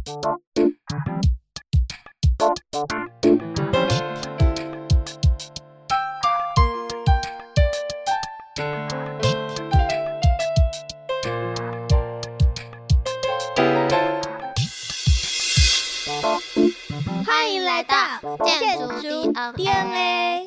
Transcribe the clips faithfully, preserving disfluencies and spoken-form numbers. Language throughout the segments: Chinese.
欢迎来到建筑 D N A。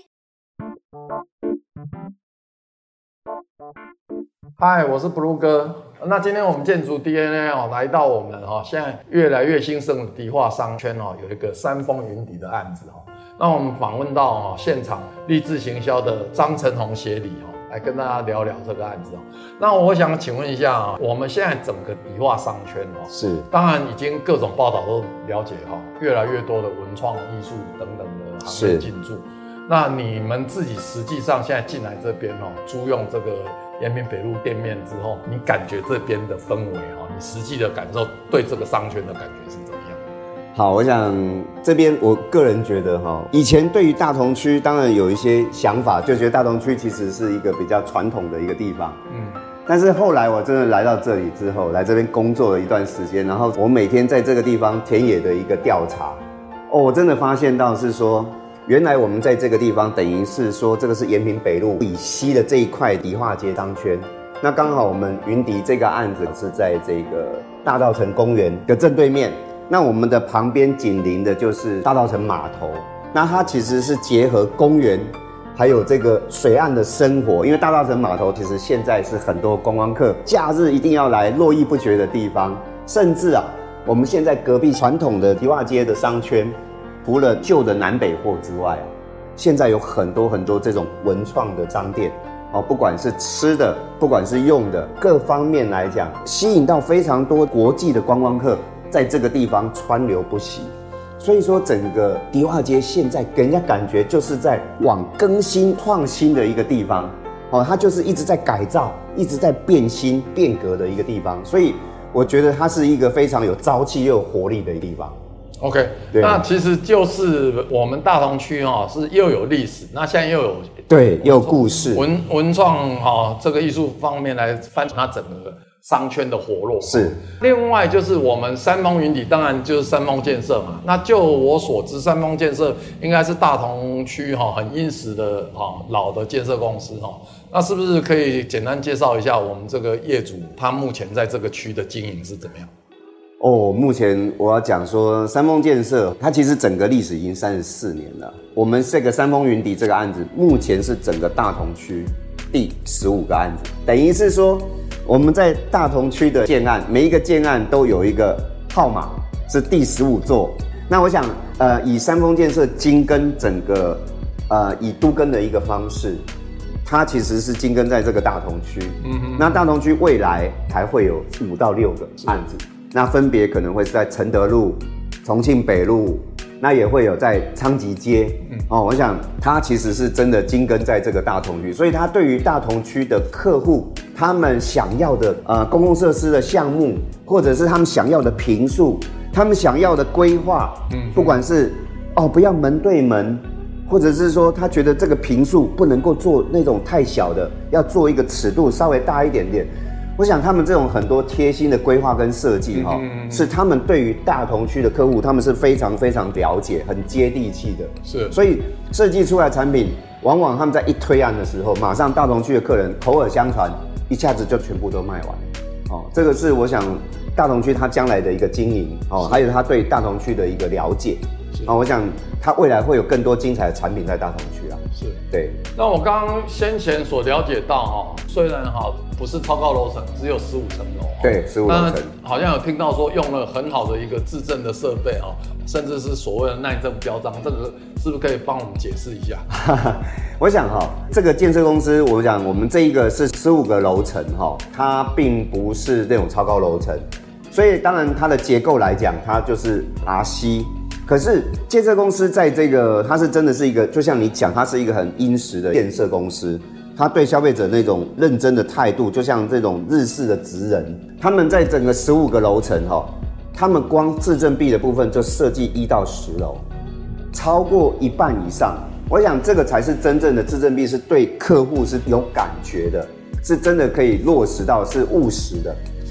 嗨，我是 Blue 哥。那今天我们建筑 D N A 哦，来到我们哈、哦、现在越来越兴盛的迪化商圈哦，有一个三峰云底的案子哦。那我们访问到哦现场立志行销的张成宏协理哦，来跟大家聊聊这个案子哦。那我想请问一下啊，我们现在整个迪化商圈哦， 是当然已经各种报道都了解哈、哦，越来越多的文创艺术等等的行业进驻。那你们自己实际上现在进来这边哦，租用这个延平北路店面之后，你感觉这边的氛围哈，你实际的感受对这个商圈的感觉是怎么样？ 好，我想这边我个人觉得哈，以前对于大同区当然有一些想法，就觉得大同区其实是一个比较传统的一个地方，嗯，但是后来我真的来到这里之后，来这边工作了一段时间，然后我每天在这个地方田野的一个调查，哦，我真的发现到是说，原来我们在这个地方等于是说，这个是延平北路以西的这一块迪化街商圈。那刚好我们云迪这个案子是在这个大稻埕公园的正对面。那我们的旁边紧邻的就是大稻埕码头。那它其实是结合公园，还有这个水岸的生活。因为大稻埕码头其实现在是很多观光客假日一定要来络绎不绝的地方。甚至啊，我们现在隔壁传统的迪化街的商圈，除了旧的南北货之外啊，现在有很多很多这种文创的商店哦，不管是吃的，不管是用的，各方面来讲，吸引到非常多国际的观光客在这个地方川流不息。所以说，整个迪化街现在给人家感觉就是在往更新创新的一个地方哦，它就是一直在改造，一直在变新变革的一个地方。所以我觉得它是一个非常有朝气又有活力的一个地方。 OK， 那其实就是我们大同区哈、哦、是又有历史，那现在又有对又有故事文文创哈、哦、这个艺术方面来翻转它整个商圈的活络。 是， 另外就是我们三峰云底，当然就是三峰建设嘛。那就我所知，三峰建设应该是大同区哈、哦、很殷实的哈、哦、老的建设公司哈、哦。那是不是可以简单介绍一下我们这个业主他目前在这个区的经营是怎么样？ 哦，目前我要讲说，三峰建设它其实整个历史已经三十四年了。我们这个三峰云底这个案子，目前是整个大同区第十五个案子，等于是说我们在大同区的建案，每一个建案都有一个号码，是第十五座。那我想，呃，以三峰建设精耕整个，呃，以都更的一个方式，它其实是精耕在这个大同区。嗯哼。那大同区未来还会有五到六个案子。那分别可能会是在承德路、重庆北路，那也会有在昌吉街。嗯，哦，我想它其实是真的精耕在这个大同区，所以它对于大同区的客户，他们想要的呃公共设施的项目，或者是他们想要的坪数，他们想要的规划，嗯，不管是哦不要门对门，或者是说他觉得这个坪数不能够做那种太小的，要做一个尺度稍微大一点点。我想他们这种很多贴心的规划跟设计哈、嗯，是他们对于大同区的客户，他们是非常非常了解、很接地气的。 是， 所以设计出来的产品，往往他们在一推案的时候，马上大同区的客人口耳相传，一下子就全部都卖完。哦，这个是我想大同区它将来的一个经营哦，还有他对大同区的一个了解。啊、哦，我想它未来会有更多精彩的产品在大同区啊。 是， 对。 那我刚刚先前所了解到哈，虽然哈不是超高楼层，只有十五层楼。 对，十五楼层。 好像有听到说用了很好的一个自证的设备哈，甚至是所谓的耐震标章，这个是不是可以帮我们解释一下？ 我想哈，这个建设公司，我想我们这一个是十五个楼层哈，它并不是那种超高楼层，所以当然它的结构来讲，它就是 R C。可是建设公司在这个，它是真的是一个，就像你讲，它是一个很殷实的建设公司，它对消费者那种认真的态度，就像这种日式的职人，他们在整个十五个楼层哈，他们光自证壁的部分就设计一到十楼，超过一半以上，我想这个才是真正的自证壁，是对客户是有感觉的，是真的可以落实到是务实的。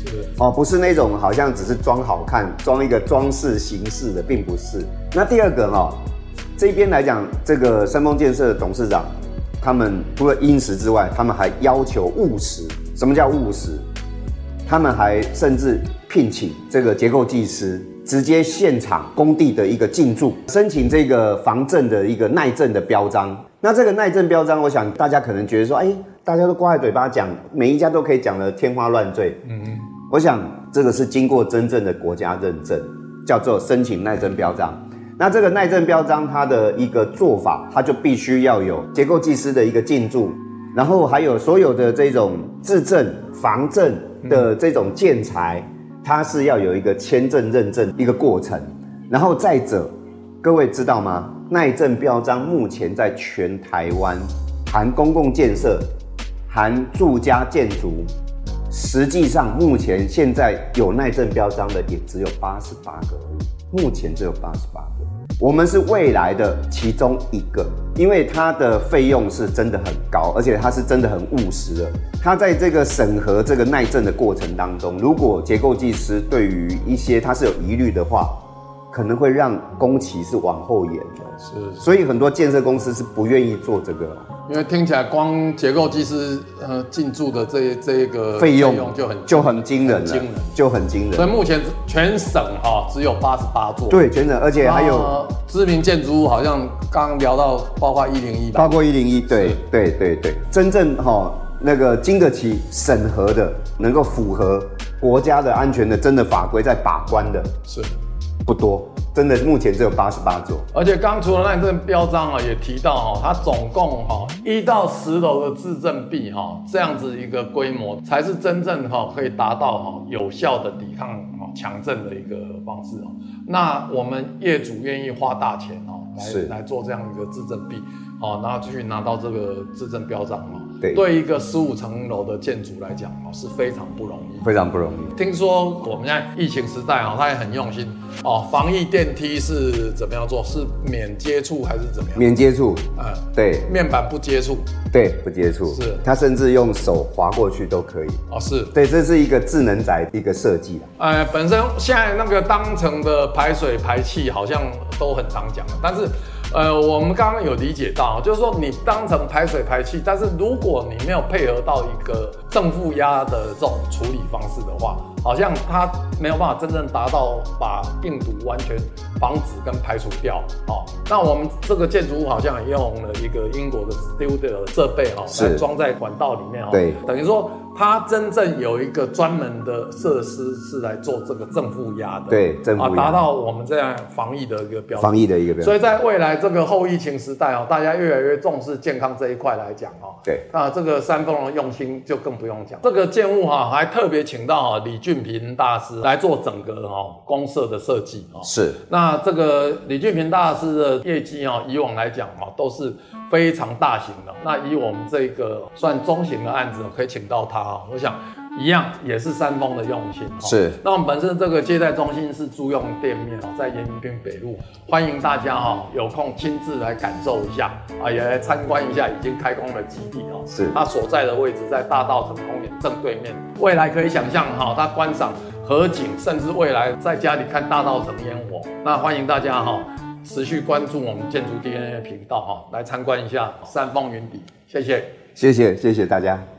哦，不是那种好像只是装好看、装一个装饰形式的，并不是。那第二个哈、哦，这边来讲，这个三丰建设的董事长，他们除了殷实之外，他们还要求务实。什么叫务实？他们还甚至聘请这个结构技师，直接现场工地的一个进驻，申请这个防震的一个耐震的标章。那这个耐震标章，我想大家可能觉得说，哎，大家都挂在嘴巴讲，每一家都可以讲得天花乱坠。嗯嗯，我想这个是经过真正的国家认证，叫做申请耐震标章。那这个耐震标章它的一个做法，它就必须要有结构技师的一个进驻，然后还有所有的这种制震、防震的这种建材，它是要有一个签证认证一个过程。然后再者，各位知道吗？耐震标章目前在全台湾，含公共建设、含住家建筑，实际上目前现在有耐震标章的也只有八十八个而已，目前只有八十八个。我们是未来的其中一个，因为它的费用是真的很高，而且它是真的很务实的。它在这个审核这个耐震的过程当中，如果结构技师对于一些它是有疑虑的话，可能会让工期是往后延的。是，所以很多建设公司是不愿意做这个， 因为听起来光结构技师呃进驻的这这个费用就很就很惊人了， 惊人就很惊人。 所以目前全省哈、哦、只有八十八座， 对，全省，而且还有、 呃、知名建筑物，好像刚刚聊到包括一零一吧， 包括一零一，对对对对，真正哈、哦、那个经得起审核的，能够符合国家的安全的真的法规在把关的， 是不多。真的目前只有八十八座， 而且刚除了耐震标章啊，也提到哈、哦，它总共哈一到十楼的自震壁哈这样子一个规模，才是真正哈可以达到哈有效的抵抗哈强震的一个方式哦。那我们业主愿意花大钱哦来来做这样一个自震壁，哦，然后继续拿到这个自震标章哦。对，对一个十五层楼的建筑来讲哦是非常不容易， 非常不容易。 听说我们现在疫情时代哦，他也很用心哦，防疫电梯是怎么样做？是免接触还是怎么样？ 免接触，嗯，对， 面板不接触， 对，不接触，是，它甚至用手滑过去都可以。 哦，是， 对，这是一个智能宅一个设计啦。 呃，本身现在那个当层的排水排气好像都很常讲，但是。呃，我们刚刚有理解到，就是说你当成排水排气，但是如果你没有配合到一个正负压的这种处理方式的话，好像它没有办法真正达到把病毒完全防止跟排除掉。哦，那我们这个建筑物好像也用了一个英国的 Steel 的设备哈、哦，来装在管道里面哈、哦， 对， 等于说它真正有一个专门的设施是来做这个正负压的， 对，正负压， 啊，达到我们这样防疫的一个标准， 防疫的一个标准。 所以在未来这个后疫情时代哦，大家越来越重视健康这一块来讲哦， 对， 那这个三丰的用心就更不用讲。这个建物哈、哦、还特别请到哈、哦、李俊平大师来做整个哦公设的设计哦。 是，那这个李俊平大师的业绩哦，以往来讲哦都是非常大型的。那以我们这个算中型的案子，可以请到他哦，我想。一样也是三丰的用心、哦、 是。 那我们本身这个接待中心是租用店面哦，在延平区北路，欢迎大家哈、哦、有空亲自来感受一下啊，也来参观一下已经开工的基地哦。 是。 它所在的位置在大稻埕公园正对面，未来可以想象哈、哦，它观赏河景，甚至未来在家里看大稻埕烟火。那欢迎大家哈、哦、持续关注我们建筑 D N A 频道哈、哦，来参观一下三丰云底，谢谢， 谢谢，谢谢大家。